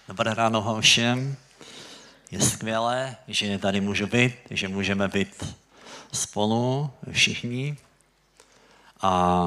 Dobré ráno vám všem. Je skvělé, že tady můžu být, že můžeme být spolu všichni. A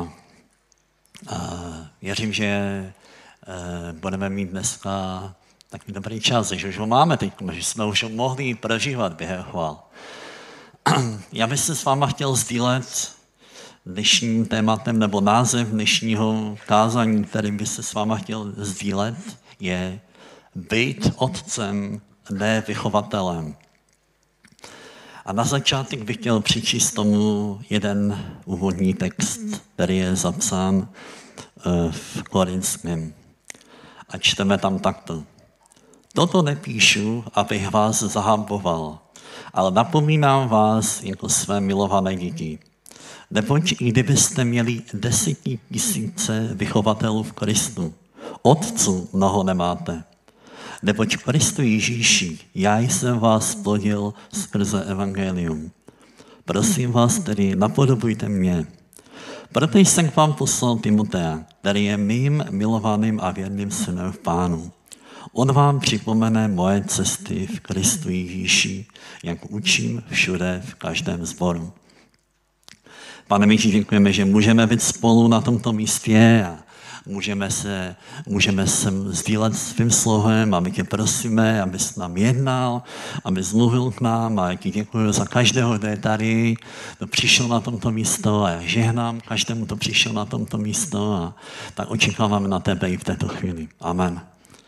věřím, že budeme mít dneska takový dobrý čas, že už ho máme teď, že jsme už ho mohli prožívat během chvál. Já bych se s váma chtěl sdílet dnešním tématem, nebo název dnešního kázání, kterým bych se s váma chtěl sdílet, je být otcem, ne vychovatelem. A na začátek bych chtěl přečíst tomu jeden úvodní text, který je zapsán v Korinském. A čteme tam takto. Toto nepíšu, abych vás zahamboval, ale napomínám vás jako své milované děti. Neboť i kdybyste měli 10 000 vychovatelů v Kristu, otců mnoho nemáte. Neboť v Kristu Ježíši, já jsem vás plodil skrze evangelium. Prosím vás tedy, napodobujte mě. Proto jsem k vám poslal Timotea, který je mým milovaným a věrným synem v Pánu. On vám připomene moje cesty v Kristu Ježíši, jak učím všude v každém sboru. Pane Míši, děkujeme, že můžeme být spolu na tomto místě a můžeme se sdílet svým slovem a my tě prosíme, abys nám jednal, abys mluvil k nám a ti děkuji za každého, kdo je tady, kdo přišel na tomto místo a já žehnám každému, kdo přišel na tomto místo a tak očekáváme na tebe i v této chvíli. Amen.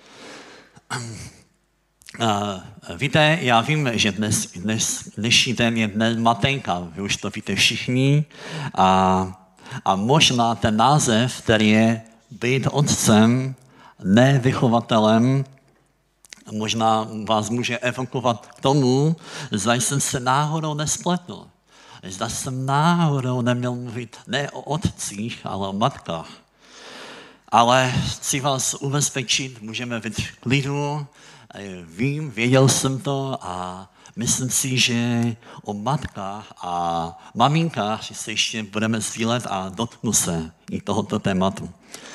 Víte, já vím, že dnešní den je den Matejka, vy už to víte všichni a možná ten název, který je být otcem, ne vychovatelem, možná vás může evokovat k tomu, zda jsem se náhodou nespletl. Zda jsem náhodou neměl mluvit ne o otcích, ale o matkách. Ale chci vás ubezpečit, můžeme být v klidu, věděl jsem to a myslím si, že o matkách a maminkách se ještě budeme sdílet a dotknu se i tohoto tématu.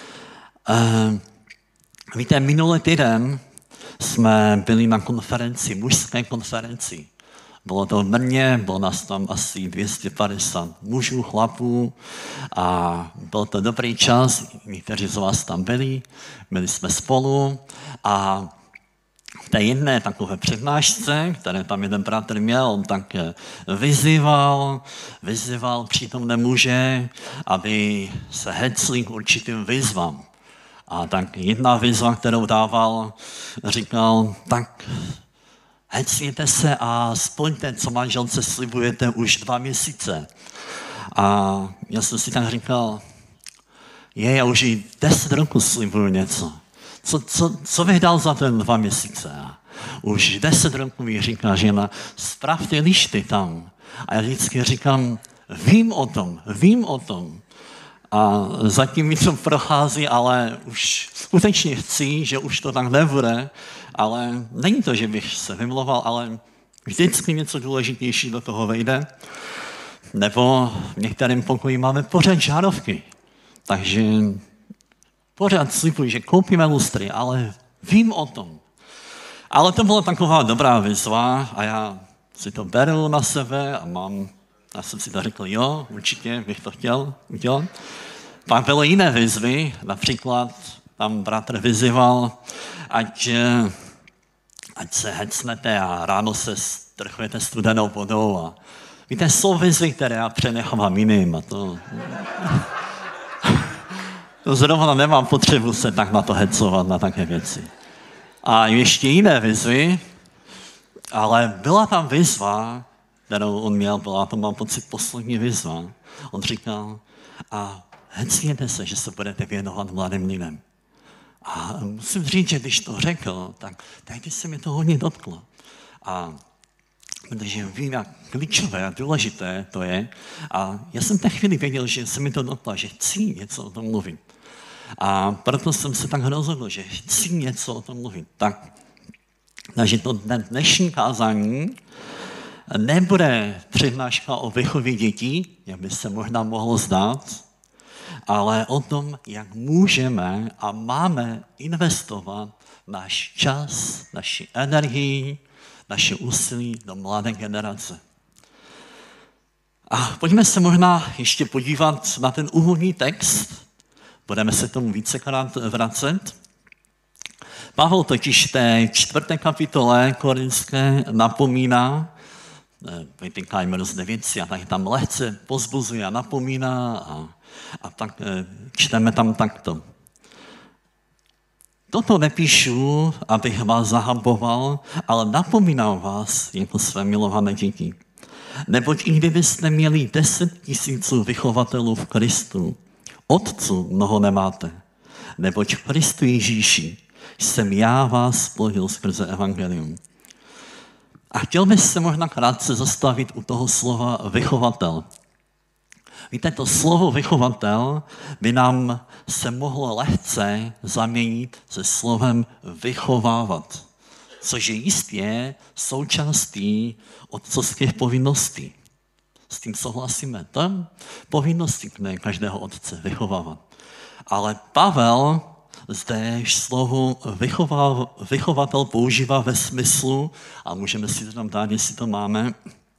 Víte, minulý týden jsme byli na konferenci, mužské konferenci. Bylo to v Brně, bylo nás tam asi 250 mužů, chlapů a byl to dobrý čas, někteří z vás tam byli jsme spolu a v té jedné takové přednášce, které tam jeden bratr měl, on tak vyzýval přítomné muže, aby se hecli k určitým výzvám. A tak jedna výzva, kterou dával, říkal, tak hecněte se a splňte, co manželce slibujete už 2 měsíce. A já jsem si tak říkal, já už i 10 roků slibuju něco. Co bych dal za ten 2 měsíce? Už 10 roků mi říká žena, spravte lišty tam. A já vždycky říkám, vím o tom. A zatím mi to prochází, ale už skutečně chci, že už to tak nebude, ale není to, že bych se vymlouval, ale vždycky něco důležitější do toho vejde. Nebo v některém pokoji máme pořád žárovky. Takže pořád slibuji, že koupíme lustry, ale vím o tom. Ale to byla taková dobrá výzva a já si to beru na sebe a já jsem si to řekl, jo, určitě bych to chtěl udělat. Pak byly jiné výzvy, například tam bratr vyzýval, ať se hecnete a ráno se strchujete studenou vodou. A víte, jsou výzvy, které já přenechám jiným a to zrovna nemám potřebu se tak na to hecovat, na také věci. A ještě jiné výzvy, ale byla tam výzva, kterou on měl, byla to, mám pocit, poslední výzva. On říkal, a hecněte se, že se budete věnovat mladým lidem. A musím říct, že když to řekl, tak tehdy se mi to hodně dotklo. A protože vím, jak klíčové a důležité to je. A já jsem té chvíli věděl, že se mi to dotklo, že chci něco o tom mluvit. A proto jsem se tak rozhodl, že chci něco o tom mluvit. Takže to dnešní kázání nebude přednáška o výchově dětí, jak by se možná mohlo zdát, ale o tom, jak můžeme a máme investovat náš čas, naši energii, naše úsilí do mladé generace. A pojďme se možná ještě podívat na ten úvodní text. Budeme se tomu vícekrát vracet. Pavel totiž v té 4. kapitole Korinské napomíná, vytýkáme různé věci a tak tam lehce pozbuzuje a napomíná a tak čteme tam takto. Toto nepíšu, abych vás zahamboval, ale napomínám vás jako své milované děti. Neboť i kdybyste měli 10 000 vychovatelů v Kristu, otců mnoho nemáte, neboť v Kristu Ježíši jsem já vás spojil skrze evangelium. A chtěl bych se možná krátce zastavit u toho slova vychovatel. Víte, to slovo vychovatel by nám se mohlo lehce zaměnit se slovem vychovávat, což je jistě součástí otcovských povinností. S tím souhlasíme. To je povinností každého otce vychovávat. Ale Pavel zde slovo vychovatel používá ve smyslu, a můžeme si to tam dát, jestli to máme,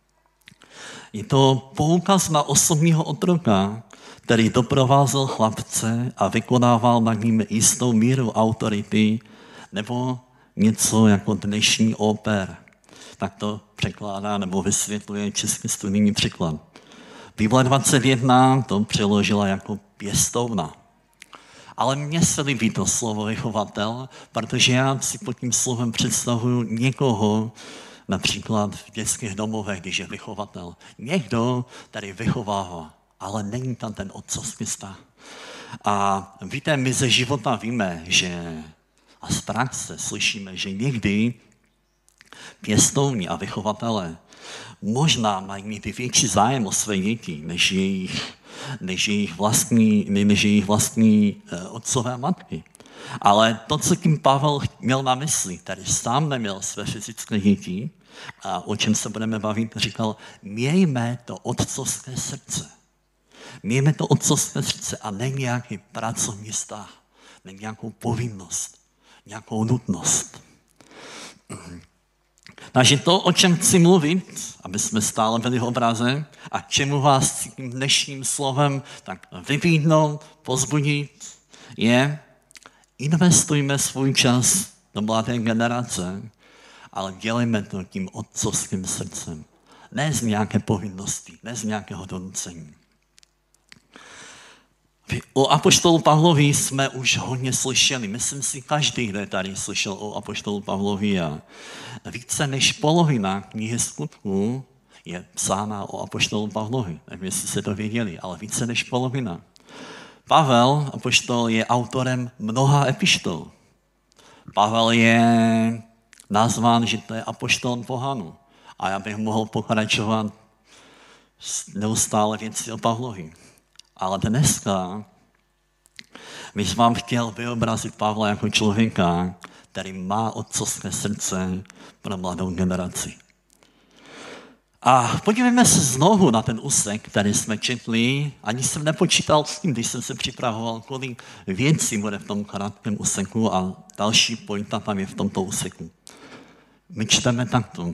je to poukaz na osobního otroka, který doprovázel chlapce a vykonával nad ním jistou míru autority, nebo něco jako dnešní oper. Tak to překládá nebo vysvětluje český studijní překlad. Bible 21 to přeložila jako pěstovna. Ale mně se líbí to slovo vychovatel, protože já si pod tím slovem představuju někoho, například v dětských domovech, když je vychovatel. Někdo tady vychovává, ale není tam ten otcovský vztah. A víte, my ze života víme, že a z praxe slyšíme, že někdy pěstouni a vychovatelé možná mají mít větší zájem o své děti, než jejich vlastní otcové a matky. Ale to, co tím Pavel měl na mysli, tady sám neměl své fyzické děti, a o čem se budeme bavit, říkal, mějme to otcovské srdce. Mějme to otcovské srdce a ne nějaký pracovní vztah, ne nějakou povinnost, nějakou nutnost. Takže to, o čem chci mluvit, aby jsme stále byli v obraze, a čemu vás tím dnešním slovem tak vybídnout, pozbudit, je, investujme svůj čas do mladé generace, ale dělejme to tím otcovským srdcem. Ne z nějaké povinnosti, ne z nějakého donucení. O apoštolu Pavlovi jsme už hodně slyšeli. Myslím si, každý, kdo tady slyšel o apoštolu Pavlovi, a více než polovina knihy Skutků je psána o apoštolu Pavlovi. Nevím, jestli jste to věděli, ale více než polovina. Pavel, apoštol, je autorem mnoha epištol. Pavel je nazván, že to je apoštol pohanů. A já bych mohl pokračovat neustále věci o Pavlovi. Ale dneska bych vám chtěl vyobrazit Pavla jako člověka, který má otcovské srdce pro mladou generaci. A podívejme se znovu na ten úsek, který jsme četli. Ani jsem nepočítal s tím, když jsem se připravoval, kolik věcí bude v tom krátkém úseku a další pointa tam je v tomto úseku. My čteme takto.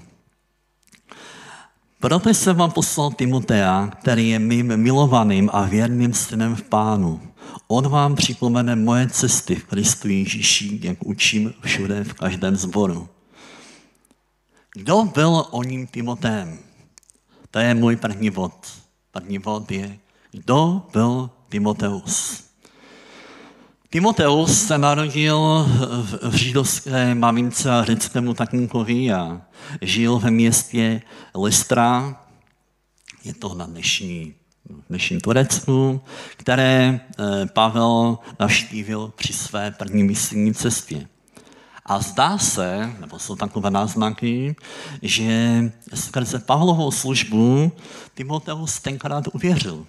Proto jsem vám poslal Timotea, který je mým milovaným a věrným synem v Pánu. On vám připomene moje cesty v Kristu Ježíši, jak učím všude v každém sboru. Kdo byl o ním Timoteem? To je můj první bod. První bod je, kdo byl Timoteus? Timoteus se narodil v židovské mamince a řeckému tatínkovi a žil ve městě Lystra, je to na dnešním Turecku, které Pavel navštívil při své první misijní cestě. A zdá se, nebo jsou takové náznaky, že skrze Pavlovou službu Timoteus tenkrát uvěřil.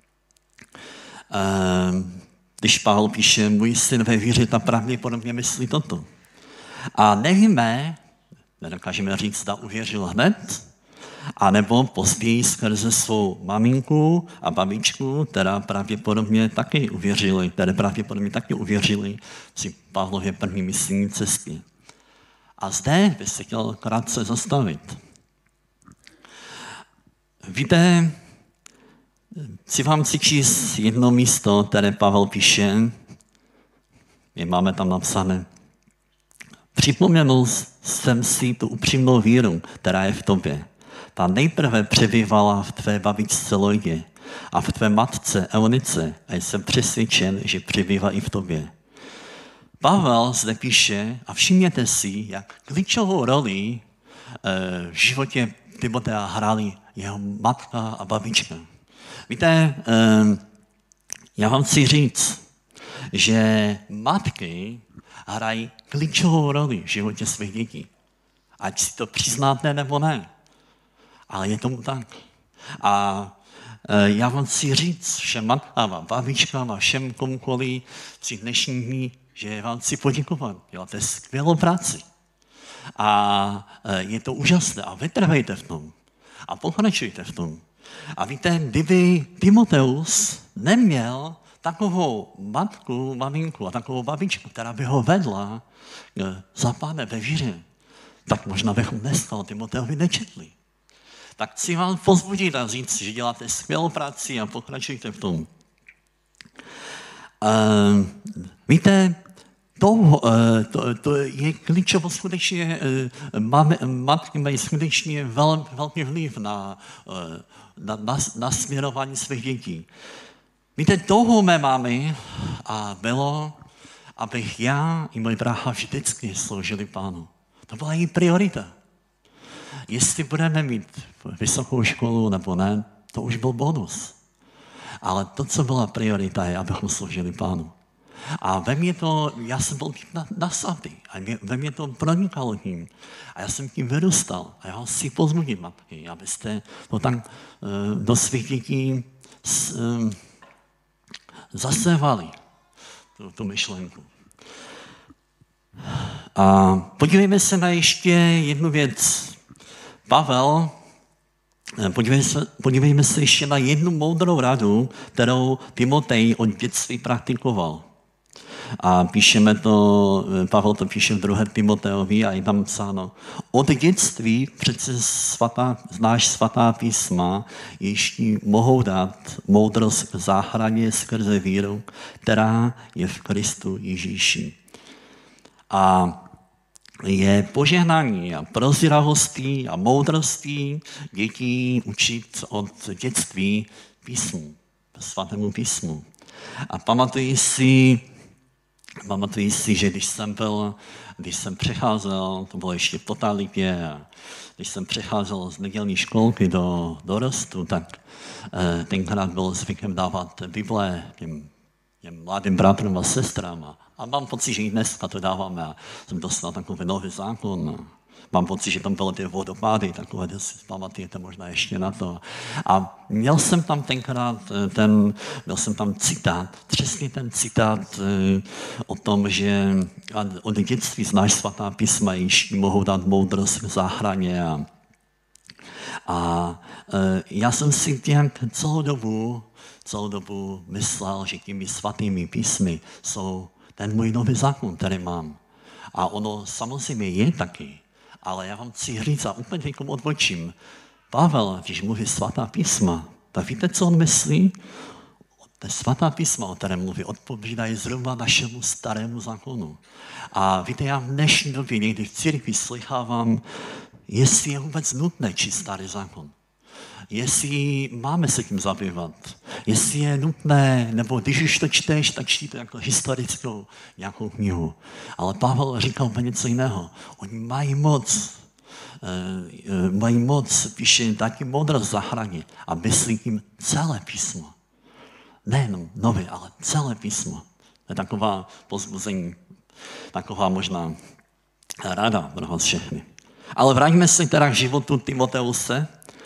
Když Pavel píše, můj syn ve víře, ta pravděpodobně myslí toto. A nevíme, nedokážeme říct, zda uvěřil hned, A nebo později skrze svou maminku a babičku, které pravděpodobně taky uvěřili při Pavlově první misijní cestě. A zde bych se chtěl krátce zastavit. Víte, chci vám přečíst jedno místo, které Pavel píše, my máme tam napsané. Připomněl jsem si tu upřímnou víru, která je v tobě. Ta nejprve přebývala v tvé babičce Lojdě a v tvé matce Eunice a jsem přesvědčen, že přebývá i v tobě. Pavel zde píše, a všimněte si, jak klíčovou roli v životě Timotea hráli jeho matka a babička. Víte, já vám chci říct, že matky hrají klíčovou roli v životě svých dětí. Ať si to přiznáte nebo ne. Ale je tomu tak. A já vám chci říct všem matkám a babičkám a všem komukoliv při dnešní dní, že vám chci poděkovat. Děláte skvělou práci. A je to úžasné. A vytrvejte v tom. A pokračujte v tom. A víte, kdyby Timoteus neměl takovou matku, maminku a takovou babičku, která by ho vedla za Pánem ve víře, tak možná bychom dneska o Timoteovi nečetli. Tak chci vám pozbudit a říct, že děláte skvělou práci a pokračujte v tom. Víte, to je klíčovo skutečně, matky mají skutečně velký vliv na směrování svých dětí. Víte, touhou mé mámy a bylo, abych já i můj brácha vždycky sloužili Pánu. To byla její priorita. Jestli budeme mít vysokou školu nebo ne, to už byl bonus. Ale to, co byla priorita, je, abychom sloužili Pánu. A ve mně to, já jsem byl nasatý a ve mně to pronikalo tím. A já jsem tím vyrůstal. A já vás chci pozbudit, matky, abyste to tak do svých dětí zasévali, tu myšlenku. A podívejme se na ještě jednu věc. Pavel, podívejme se ještě na jednu moudrou radu, kterou Timotej od dětství praktikoval. A píšeme to, Pavel to píše v 2. Timoteovi a je tam psáno. Od dětství přece znáš svatá písma, jež mohou dát moudrost k záchraně skrze víru, která je v Kristu Ježíši. A je požehnání a prozíravostí a moudrostí dětí učit od dětství písmu, svatému písmu. A pamatuji si, že když jsem přecházel, to bylo ještě v totalitě, a když jsem přecházel z nedělní školky do dorostu, tak tenkrát bylo zvykem dávat Bible těm mladým bratrům a sestrám. A mám pocit, že i dneska to dáváme. A jsem dostal takový nový zákon. Mám pocit, že tam byly ty vodopády, takové, že si pamatujete možná ještě na to. A měl jsem tam tenkrát citát, přesně ten citát o tom, že od dětství znáš svatá písma, již mohou dát moudrost k záchraně. A já jsem si nějak celou dobu myslel, že těmi svatými písmy jsou ten můj nový zákon, který mám. A ono samozřejmě je taky. Ale já vám chci říct a úplně někomu odbočím. Pavel, když mluví svatá písma, tak víte, co on myslí? To svatá písma, o kterém mluví, odpovídají zhruba našemu starému zákonu. A víte, já v dnešní době někdy v církvi slychávám, jestli je vůbec nutné číst starý zákon. Jestli máme se tím zabývat, jestli je nutné, nebo když už to čteš, tak čti to jako historickou nějakou knihu. Ale Pavel říkal úplně něco jiného. Oni mají moc, píše, taky moudrost zachránit a myslí tím celé písmo. Nejenom nové, ale celé písmo. To je taková povzbuzení, taková možná rada pro vás všechny. Ale vraťme se teda k životu Timoteuse.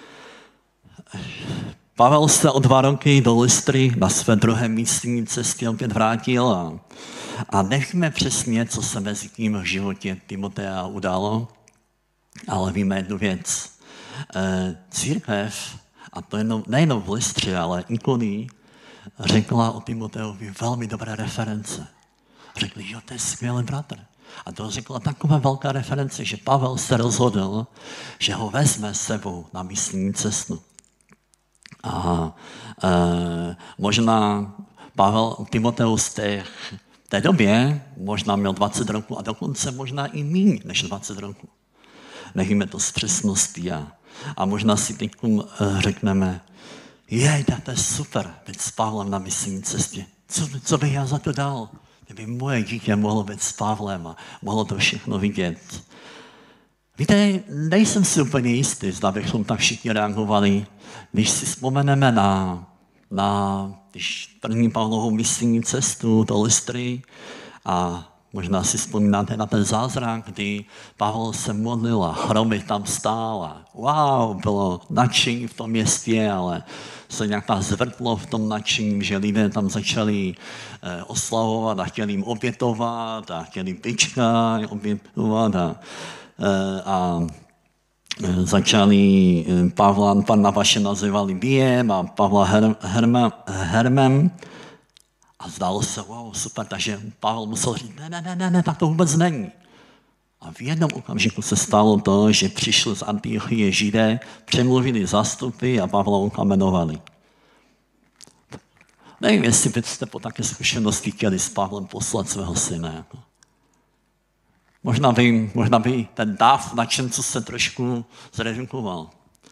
Pavel se o 2 roky do Lystry na své druhé misijní cestě opět vrátil a nevíme přesně, co se mezi tím v životě Timotea událo, ale víme jednu věc. církev, a to nejenom v Lystře, ale Ikonii, řekla o Timoteovi velmi dobré reference. Řekli, jo, to je skvělý bratr. A to řekla taková velká reference, že Pavel se rozhodl, že ho vezme s sebou na misijní cestu. A možná Pavel Timoteus v té době možná měl 20 roků a dokonce možná i míň než 20 roků. Nevíme to s přesností a možná si teď řekneme, to je super, být s Pavlem na misijní cestě. Co bych já za to dal? Kdyby moje dítě mohlo být s Pavlem a mohlo to všechno vidět. Víte, nejsem si úplně jistý, zda bychom tak všichni reagovali, když si vzpomeneme když první Pavlovou misijní cestu do Lystry a možná si vzpomínáte na ten zázrak, kdy Pavel se modlil a chromy tam stál a bylo nadšení v tom městě, ale se nějaká zvrtlo v tom nadšení, že lidé tam začali oslavovat a chtěli jim obětovat a chtěli bička obětovat a začali Pavla, Pana vaše nazývali Biem a Pavla Hermem. A zdálo se, super, takže Pavel musel říct, ne, tak to vůbec není. A v jednom okamžiku se stalo to, že přišli z Antiochie Židé, přemluvili zástupy a Pavla ukamenovali. Nevím, jestli byste po také zkušenosti chtěli s Pavlem poslat svého syna. Možná by ten dáv nadšenců se trošku zredukoval.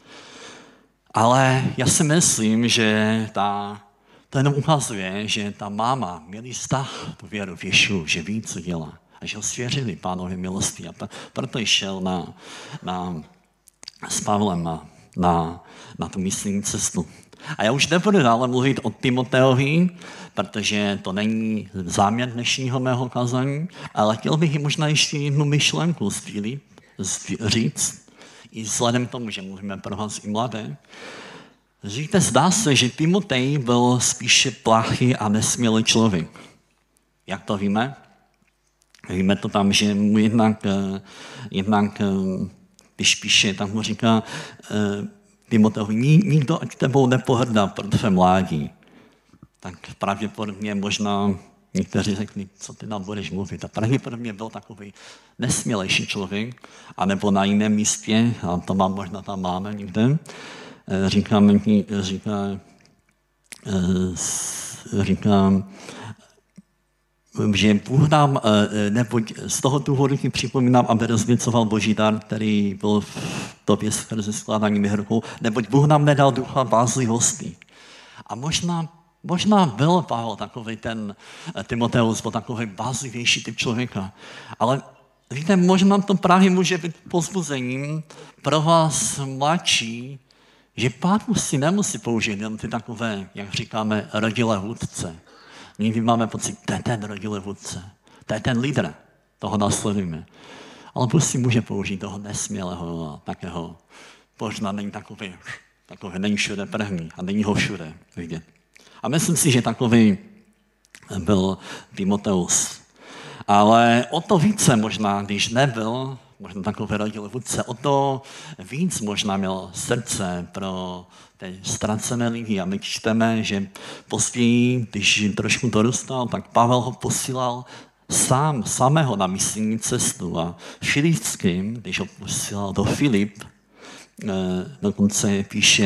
Ale já si myslím, že to jenom ukazuje, že ta máma měla vztah tu věru v Ješu, že ví, co dělá. A že ho svěřili Pánovi milosti. A proto šel s Pavlem na tu misijní cestu. A já už nebudu dále mluvit o Timoteovi, protože to není záměr dnešního mého kazání, ale chtěl bych jim možná ještě jednu myšlenku říct, i vzhledem k tomu, že mluvíme pro vás i mladé. Říte, zdá se, že Timotej byl spíše plachý a nesmělý člověk. Jak to víme? Víme to tam, že mu jednak když píše, tak mu říká Timoteovi, nikdo ať tebou nepohrdá pro tvé mládí. Tak pravděpodobně možná někteří řekli, co ty nám budeš mluvit. A pravděpodobně byl takový nesmělejší člověk, anebo na jiném místě, a to možná tam máme někde, říká, že Bůh nám, neboť z toho důvodu ti připomínám, aby rozvěcoval Boží dar, který byl v tobě skrze skládání myhrkou, neboť Bůh nám nedal ducha bázlivosti. A možná byl Pavel takový Timoteus byl takový bázlivější typ člověka. Ale víte, možná to právě může být povzbuzením pro vás mladší, že Pán si nemusí použít jen ty takové, jak říkáme, rodilé vůdce. Někdy máme pocit, to je ten rodilý vůdce, to je ten lídr, toho následujeme. Ale Bůh si může použít toho nesmělého a takého, možná není takový není všude první a není ho všude vidět. A myslím si, že takový byl Timoteus. Ale o to více možná, když nebyl, možná takový rodilý vůdce, o to víc možná měl srdce pro ty ztracené lidi. A my čteme, že později, když trošku dorůstal, tak Pavel ho posílal samého na misijní cestu. A Filipským, když ho posílal do Filip, dokonce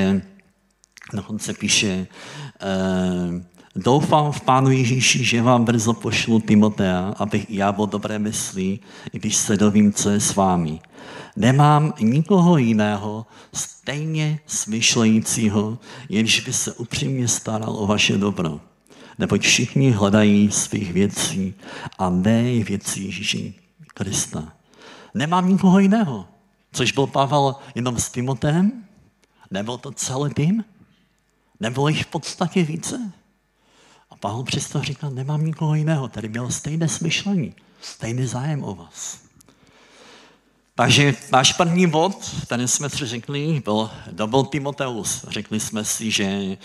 píše doufám v Pánu Ježíši, že vám brzo pošlu Timotea, abych i já byl dobré mysli, i když se dovím, co je s vámi. Nemám nikoho jiného, stejně smyšlejícího, jenž by se upřímně staral o vaše dobro. Neboť všichni hledají svých věcí a ne věcí Ježíši Krista. Nemám nikoho jiného. Což byl Pavel jenom s Timoteem? Nebyl to celý tým? Nebylo jich v podstatě více? A Pavel přesto říkal, nemám nikoho jiného, který měl stejné smyšlení, stejný zájem o vás. Takže náš první bod, který jsme si řekli, byl Timoteus. Řekli jsme si, že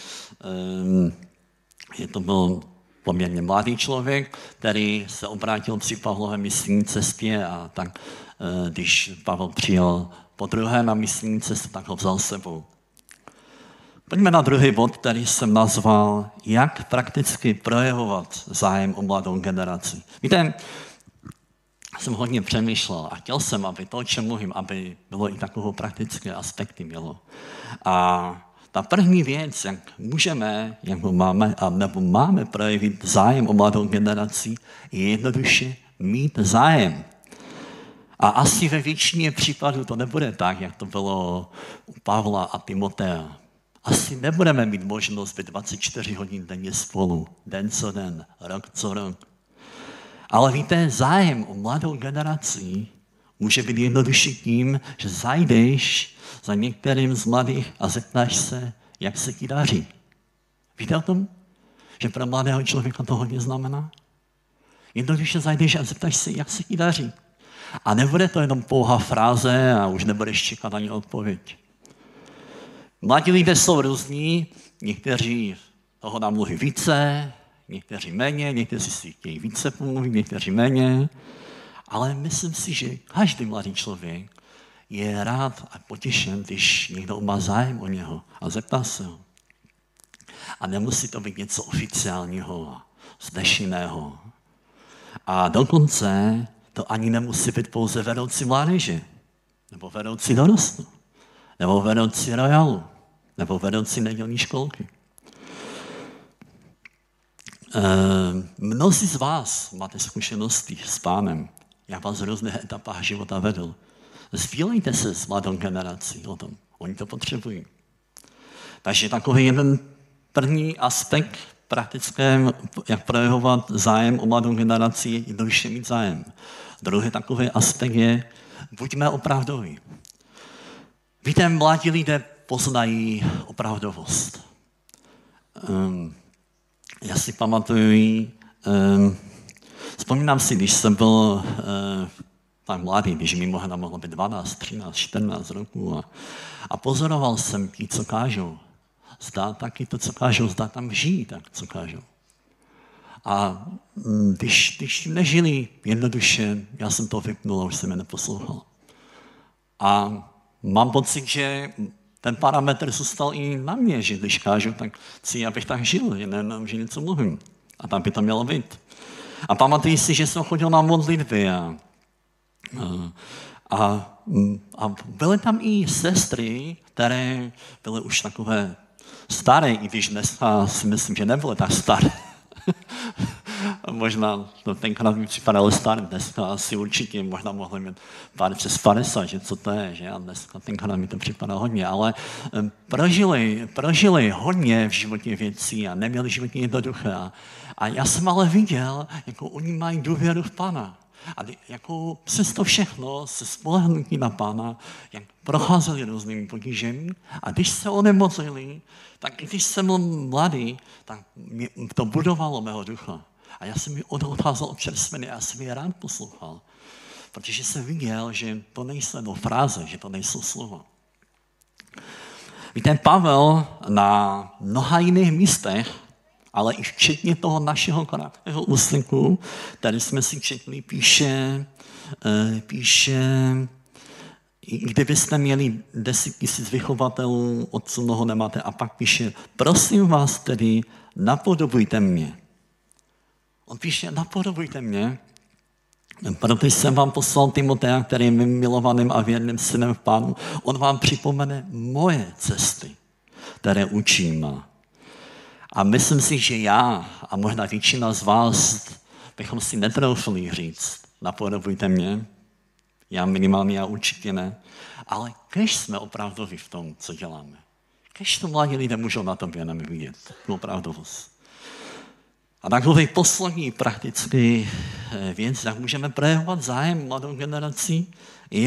to byl poměrně mladý člověk, který se obrátil při Pavlově misijní cestě a tak když Pavel přijel podruhé na misijní cestu, tak ho vzal s sebou. Pojďme na druhý bod, který jsem nazval, jak prakticky projevovat zájem o mladou generaci. Víte, jsem hodně přemýšlel a chtěl jsem, aby to, o čem mluvím, aby bylo i takové praktické aspekty mělo. A ta první věc, jak můžeme, nebo máme projevit zájem o mladou generaci, je jednoduše mít zájem. A asi ve většině případů to nebude tak, jak to bylo u Pavla a Timotea. Asi nebudeme mít možnost být 24 hodin denně spolu, den co den, rok co rok. Ale víte, zájem o mladou generaci může být jednodušší tím, že zajdeš za některým z mladých a zeptáš se, jak se ti daří. Víte o tom? Že pro mladého člověka to hodně znamená? Jednoduše zajdeš a zeptáš se, jak se ti daří. A nebude to jenom pouhá fráze a už nebudeš čekat ani odpověď. Mladí lidé jsou různí, někteří toho nám mluví více, někteří méně, někteří si chtějí více pomluvit, někteří méně. Ale myslím si, že každý mladý člověk je rád a potěšen, když někdo má zájem o něho a zeptá se ho. A nemusí to být něco oficiálního, vznešeného. A dokonce to ani nemusí být pouze vedoucí mládeže, nebo vedoucí dorostu, nebo vedoucí royalu, nebo vedoucí nedělní školky. Mnozí z vás máte zkušenosti s Pánem, jak vás v různých etapách života vedl. Sdílejte se s mladou generací o tom. Oni to potřebují. Takže takový jeden první aspekt praktickém, jak projevovat zájem o mladou generaci, je jednoduše mít zájem. Druhý takový aspekt je, buďme opravdoví. Víte, mladí lidé poznají opravdovost. Já si pamatuju, vzpomínám si, když jsem byl tak mladý, když mi mohlo být 12, 13, 14 roků a pozoroval jsem ti, co kážou. Zdá taky to, co kážou, zdá tam žijí tak, co kážou. A když nežili jednoduše, já jsem to vypnul a už jsem je neposlouchal. A mám pocit, že ten parametr zůstal i na mě, že když kážu, tak chci, abych tak žil, jenom, že něco mluvím. A tam by to mělo být. A pamatuji si, že jsem chodil na modlitby a byly tam i sestry, které byly už takové staré, i když dneska si myslím, že nebyly tak staré. Možná to tenkrát mi připadalo staré, dneska asi určitě možná mohli mít přes 50, že co to je, že? A dneska tenkrát mi to připadá hodně, ale prožili hodně v životě věcí a neměli životě jednoduché. A já jsem ale viděl, jako oni mají důvěru v Pána. A jako přes to všechno se spolehnutí na Pána, jak procházeli různými potížemi a když se onemocnili, tak když jsem byl mladý, tak mě to budovalo mého ducha. A já jsem ji odcházel občerstvený a já jsem ji rád poslouchal. Protože jsem viděl, že to nejsou jenom fráze, že to nejsou slova. Víte, Pavel na mnoha jiných místech, ale i včetně toho našeho krátkého úseku, tady jsme si četli, píše, kdybyste měli 10 000 vychovatelů, otců mnoho nemáte, a pak píše, prosím vás tedy, napodobujte mě. On píše, napodobujte mě, protože jsem vám poslal Timotea, který je mým milovaným a věrným synem v Pánu. On vám připomene moje cesty, které učím. A myslím si, že já a možná většina z vás bychom si netroufli říct, napodobujte mě, já minimálně, já určitě ne, ale když jsme opravdoví v tom, co děláme, když to mladí lidé můžou na tobě nám vidět, tu opravdovost. A takový poslední praktický věc, jak můžeme projevovat zájem mladou generaci, je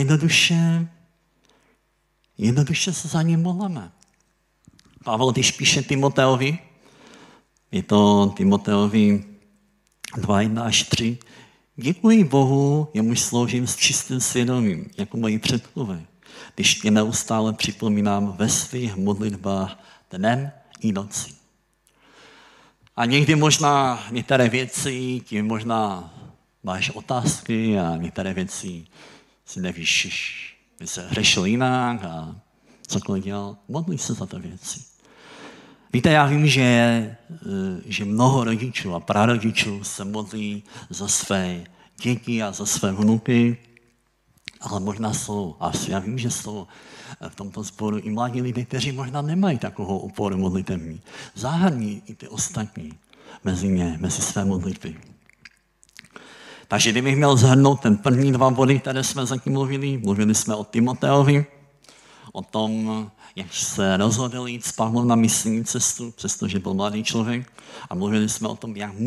jednoduše se za ním modlíme. Pavel, když píše Timoteovi, je to Timoteovi 2:1 až 3, děkuji Bohu, jemuž sloužím s čistým svědomím, jako moji předkové, když tě neustále připomínám ve svých modlitbách dnem i nocí. A někdy možná některé věci, tím možná máš otázky a některé věci si nevíš, by se hřešil jinak a cokoliv dělal. Modlí se za to věci. Víte, já vím, že mnoho rodičů a prarodičů se modlí za své děti a za své vnuky, ale možná jsou, já vím, že jsou v tomto sboru i mladí lidé, kteří možná nemají takovou oporu modlitevní. Zahrní i ty ostatní mezi své modlitby. Takže kdybych měl shrnout ten první 2 body, které jsme zatím mluvili jsme o Timoteovi, o tom, jak se rozhodl jít s Pavlem na misijní cestu, přestože byl mladý člověk, a mluvili jsme o tom, jak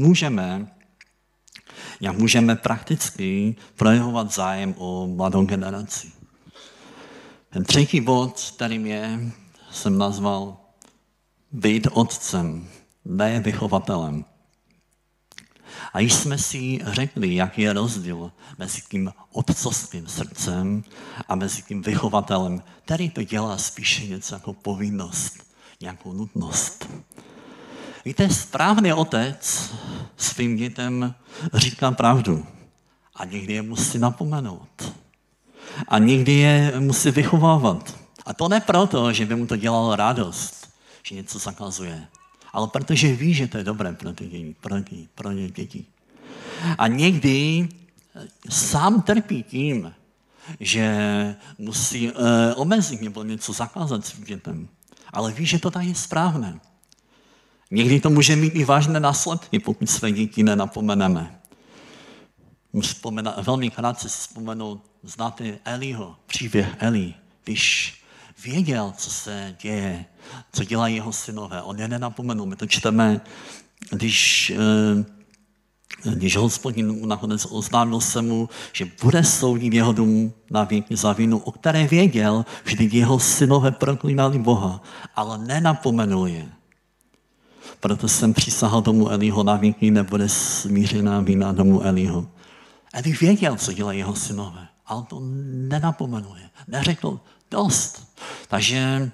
můžeme prakticky projevovat zájem o mladou generaci. Ten 3. bod, kterým jsem nazval být otcem, ne vychovatelem. A již jsme si řekli, jaký je rozdíl mezi tím otcovským srdcem a mezi tím vychovatelem, který to dělá spíše něco jako povinnost, nějakou nutnost. Víte, správný otec svým dětem říká pravdu a někdy je musí napomenout. A někdy je musí vychovávat. A to ne proto, že by mu to dělalo radost, že něco zakazuje, ale protože ví, že to je dobré pro děti. A někdy sám trpí tím, že musí omezit nebo něco zakázat svým dětem. Ale ví, že to tak je správné. Někdy to může mít i vážné následky, pokud své děti nenapomeneme. Velmi krátce si vzpomenout, znáte Eliho, příběh Eli, když věděl, co se děje, co dělají jeho synové. On je nenapomenul. My to čteme, když Hospodin nakonec oznámil se mu, že bude soudit jeho dům na věky za vinu, o které věděl, vždyť jeho synové proklínali Boha, ale nenapomenul je. Proto jsem přísahal domu Eliho na věky, nebude smířená vina domu Eliho. Eli věděl, co dělají jeho synové, ale to nenapomenul je. Neřekl dost. Takže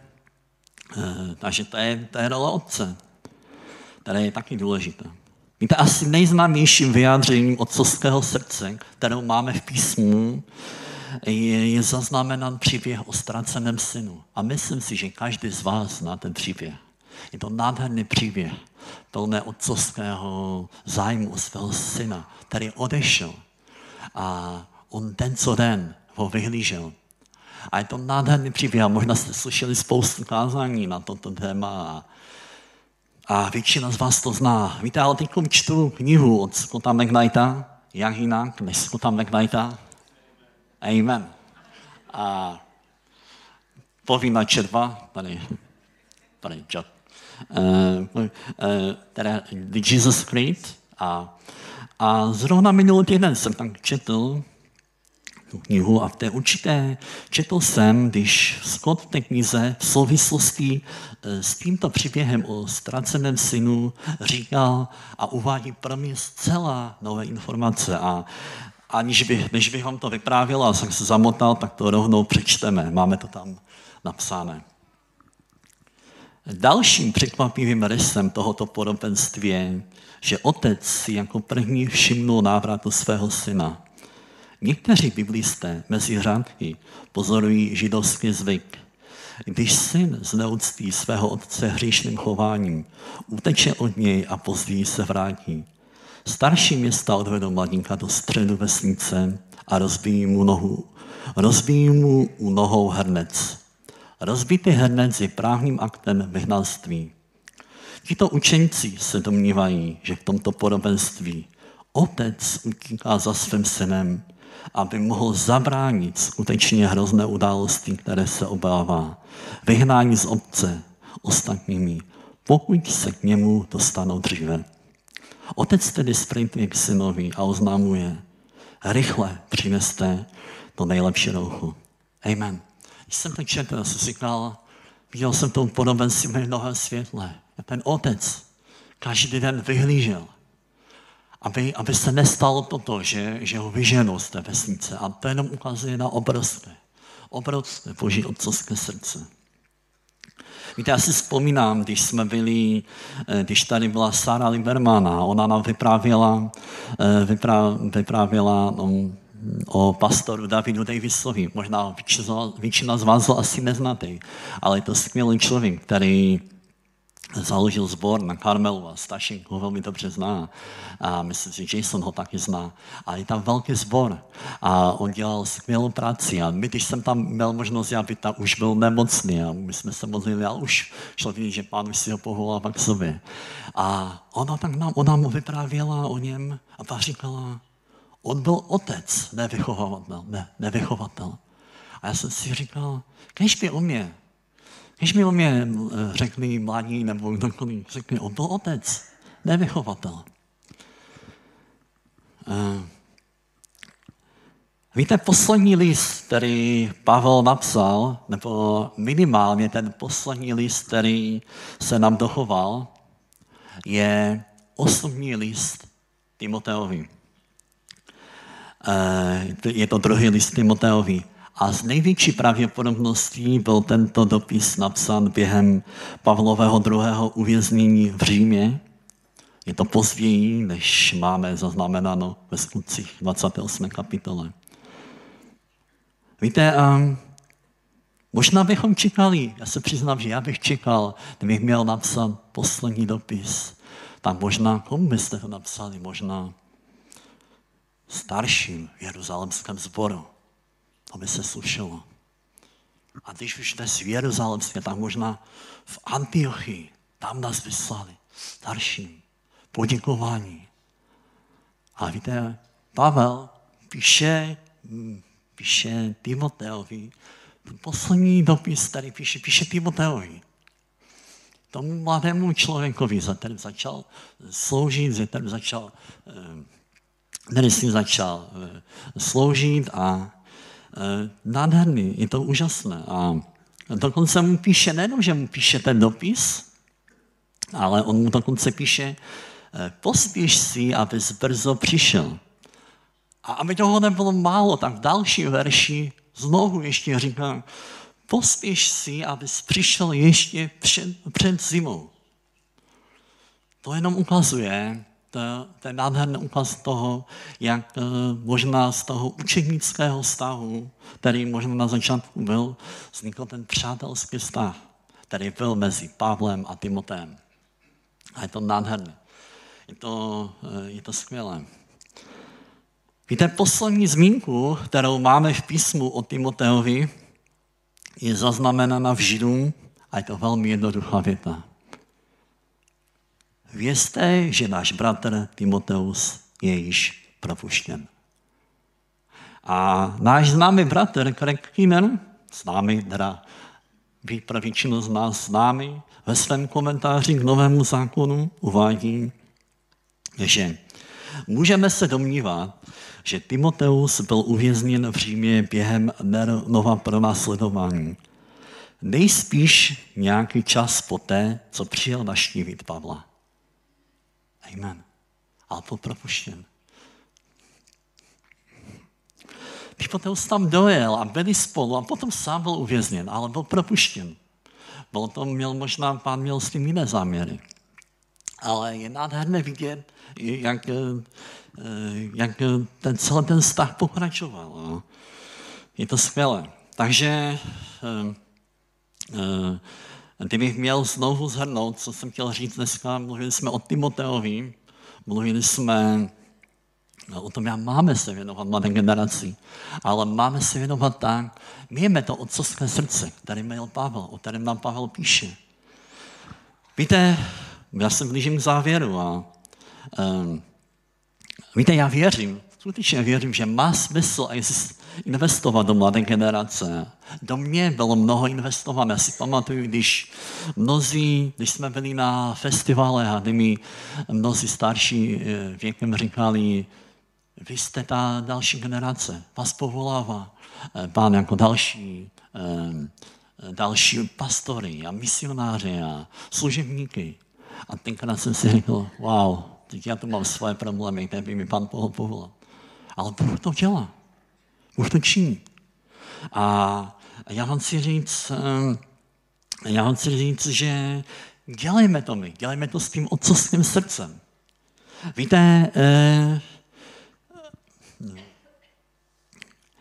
to je role otce, která je taky důležitá. Víte, asi nejznámějším vyjádřením otcovského srdce, kterou máme v písmu, je zaznamenán příběh o ztraceném synu. A myslím si, že každý z vás zná ten příběh. Je to nádherný příběh plné otcovského zájmu o svého syna, který odešel. A on den co den ho vyhlížel. A je to nádherný příběh. Možná jste slyšeli spoustu kázání na toto téma. A většina z vás to zná. Víte, ale teď čtu knihu od Scotta McKnighta. Jak jinak než Scotta McKnighta? Amen. A povínače 2, tady John. Teda The Jesus Creed. A zrovna minulý týden jsem tam četl tu knihu a v té určité četl jsem, když Scott v té knize v souvislosti s tímto příběhem o ztraceném synu říkal a uvádí pro mě zcela nové informace. A než bych vám to vyprávěl a jsem se zamotal, tak to rovnou přečteme. Máme to tam napsané. Dalším překvapivým rysem tohoto podobenství je, že otec si jako první všimnul návratu svého syna. Někteří biblisté mezi řádky pozorují židovský zvyk. Když syn zneuctí svého otce hříšným chováním, uteče od něj a později se vrátí. Starší města odvedou mladínka do středu vesnice a rozbijí mu u nohou hrnec. Rozbitý hrnec je právním aktem vyhnanství. Tito učenci se domnívají, že v tomto podobenství otec utíká za svým synem, aby mohl zabránit skutečně hrozné události, které se obává. Vyhnání z obce ostatními, pokud se k němu dostanou dříve. Otec tedy sprintuje k synovi a oznámuje, rychle přineste to nejlepší roucho. Amen. Když jsem to četl, jsem si říkal, viděl jsem to podobenství v novém světle. Ten otec každý den vyhlížel, aby se nestalo toto, že ho vyženou z té vesnice. A to jenom ukazuje na obrovské boží otcovské srdce. Víte, já si vzpomínám, když tady byla Sara Libermana, ona nám vyprávěla o pastoru Davidu Davisovi. Možná většina z vás ho asi neznáte, ale je to skvělý člověk, který založil sbor na Karmelu a Stašek ho velmi dobře zná. A myslím si, že Jason ho taky zná. A je tam velký sbor. A on dělal skvělou práci. A my, když jsem tam měl možnost být, tak už byl nemocný. A my jsme se modlili, ale už šlo vidět, že Pán už si ho povolával k sobě. A ona mu vyprávěla o něm a pak říkala, on byl otec, nevychovatel. A já jsem si říkal, kež mi o mě řekli mladí nebo kdokoliv, řekli, on byl otec, nevychovatel. Víte, poslední list, který Pavel napsal, nebo minimálně ten poslední list, který se nám dochoval, je osobní list Timoteovi. Je to druhý list Timoteovi. A z největší pravděpodobností byl tento dopis napsán během Pavlového druhého uvěznění v Římě. Je to později, než máme zaznamenáno ve Skutcích 28. kapitole. Víte, možná bychom čekali, já se přiznám, že já bych čekal, kdybych měl napsat poslední dopis. Tak možná, komu byste to napsali? Možná starším v jeruzalémském sboru. To by se slušelo. A když už dnes v Jeruzalémské, tak možná v Antiochii, tam nás vyslali starším. Poděkování. A víte, Pavel píše Timoteovi, poslední dopis, který píše Timoteovi. Tomu mladému člověkovi, za kterým začal sloužit, za kterým začal sloužit a nádherný, je to úžasné. A dokonce mu píše, nejenom, že mu píše ten dopis, ale on mu dokonce píše, pospíš si, abys brzo přišel. A aby toho nebylo málo, tak v další verši znovu ještě říká, pospíš si, abys přišel ještě před zimou. To jenom ukazuje, ten nádherný ukaz toho, jak možná z toho učednického vztahu, který možná na začátku byl, vznikl ten přátelský vztah, který byl mezi Pavlem a Timoteem. A je to nádherné. Je to skvělé. Víte, poslední zmínku, kterou máme v písmu o Timoteovi, je zaznamenána v Židům a je to velmi jednoduchá věta. Vězte, že náš bratr Timoteus je již propuštěn. A náš známý bratr Craig Keener, známý, teda pro většinu z nás známý, ve svém komentáři k Novému zákonu uvádí, že můžeme se domnívat, že Timoteus byl uvězněn v Římě během Neronova pronásledování. Nejspíš nějaký čas poté, co přijel navštívit Pavla. Amen. Ale byl propuštěn. Timoteus tam dojel a byli spolu a potom sám byl uvězněn, ale byl propuštěn. Pán měl s tím jiné záměry. Ale je nádherné vidět, jak celý ten vztah pokračoval. Je to skvělé. Takže kdybych měl znovu shrnout, co jsem chtěl říct dneska, mluvili jsme o Timoteovi, mluvili jsme o tom, jak máme se věnovat mladé generaci, ale máme se věnovat tak, mějme to otcovské srdce, které měl Pavel, o kterém nám Pavel píše. Víte, já se blížím k závěru a víte, já skutečně věřím, že má smysl investovat do mladé generace. Do mě bylo mnoho investované. Já si pamatuju, když jsme byli na festivale a kdy mi mnozí starší věkem říkali, vy jste ta další generace, vás povolává Pán jako další pastory a misionáři a služebníky. A tenkrát jsem si řekl, wow, teď já tu mám svoje problémy, které by mi Pán povolal. Ale Bůh to dělá. Bůh to činí. A já vám chci říct, že dělejme to s tím otcovským srdcem. Víte,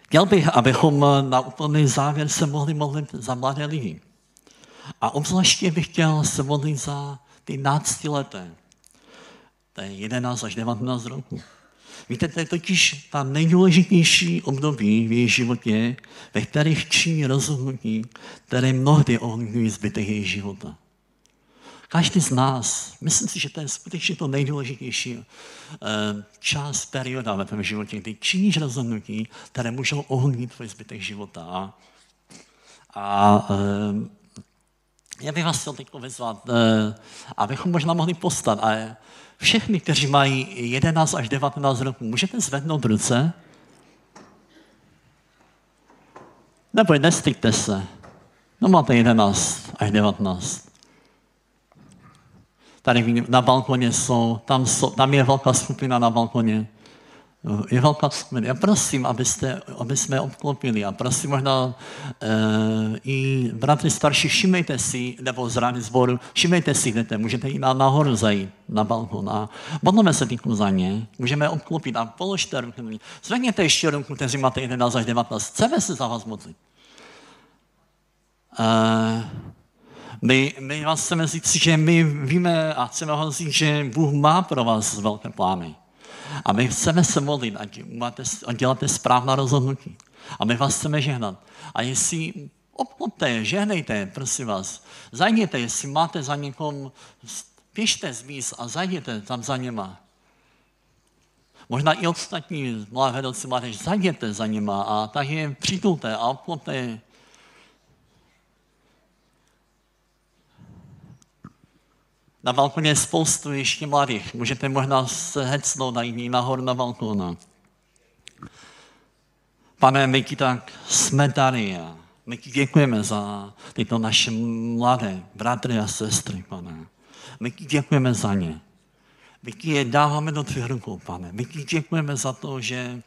Chtěl bych, abychom na úplný závěr se mohli modlit za mladé lidi. A obzvláště bych chtěl se modlit za ty 12leté. To je 11 až 19 roku. Víte, to je totiž ta nejdůležitější období v jejich životě, ve kterých činí rozhodnutí, které mnohdy ovlivňují zbytek jejich života. Každý z nás, myslím si, že to je skutečně to nejdůležitější čas, perioda ve tvém životě, kdy činíš rozhodnutí, které můžou ovlivnit tvůj zbytek života. Já bych vás chtěl teď vyzvat, abychom možná mohli postat. A všechny, kteří mají 11 až 19 roků, můžete zvednout ruce? Nebo nestyďte se. No máte 11 až 19. Tady na balkoně tam je velká skupina na balkoně. Je velká skupina. Já prosím, aby jsme obklopili. A prosím možná i bratři starší, všimejte si, nebo z rány sboru, všimejte si, jdete, můžete jít nahoru zajít na balkon a modlíme se týku za ně. Můžeme obklopit a položte ruku. Zvedněte ještě ruku, kteří máte 11 až 19. Chceme se za vás modlit. My vás chceme říct, že my víme a chceme vás říct, že Bůh má pro vás velké plány. A my chceme se modlit, ať děláte správná rozhodnutí. A my vás chceme žehnat. A jestli obklopte, žehnejte, prosím vás, zajděte, jestli máte za někom, běžte z míst a zajděte tam za něma. Možná i ostatní vedoucí mládež, zajděte za něma a tak je přitulte a obklopte. Na balkoně je spoustu ještě mladých. Můžete možná se hecnout a jít nahoru na balkon. Pane, my ti tak jsme tady a my ti děkujeme za tyto naše mladé bratry a sestry, pane. My ti děkujeme za ně. My ti je dáváme do tvých rukou, pane. My ti děkujeme za to,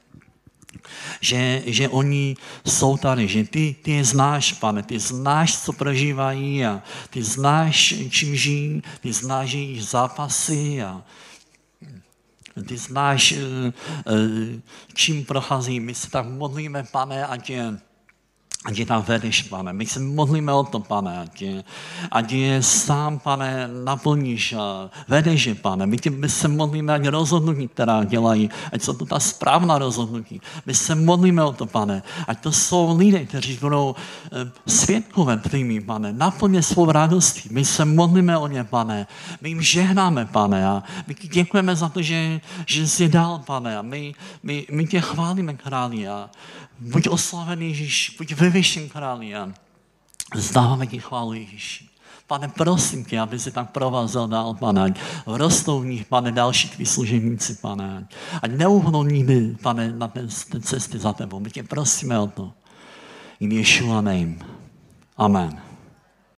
že oni jsou tady, že ty je znáš, pane, ty znáš, co prožívají a ty znáš, čím žijí, ty znáš jejich zápasy a ty znáš, čím prochází. My se tak modlíme, pane, ať je tam vedeš, pane. My se modlíme o to, pane, ať je sám, pane, naplníš a vedeš je, pane. My se modlíme, ať rozhodnutí, která dělají, ať jsou to ta správná rozhodnutí. My se modlíme o to, pane. Ať to jsou lidé, kteří budou svědkové tvými, pane. Naplně svou radostí. My se modlíme o ně, pane. My jim žehnáme, pane. A my ti děkujeme za to, že jsi dal, pane. A my tě chválíme, králi. A buď oslavený Ježíš, buď vyvyšen králi a vzdáváme ti chválu Ježíši. Pane, prosím tě, aby si tak provázel dál, pane, ať rostou v nich, pane, další tví služebníci, pane, ať neuhnou nikdy, pane, na té cesty za tebou. My tě prosíme o to. In Ješua name. Amen.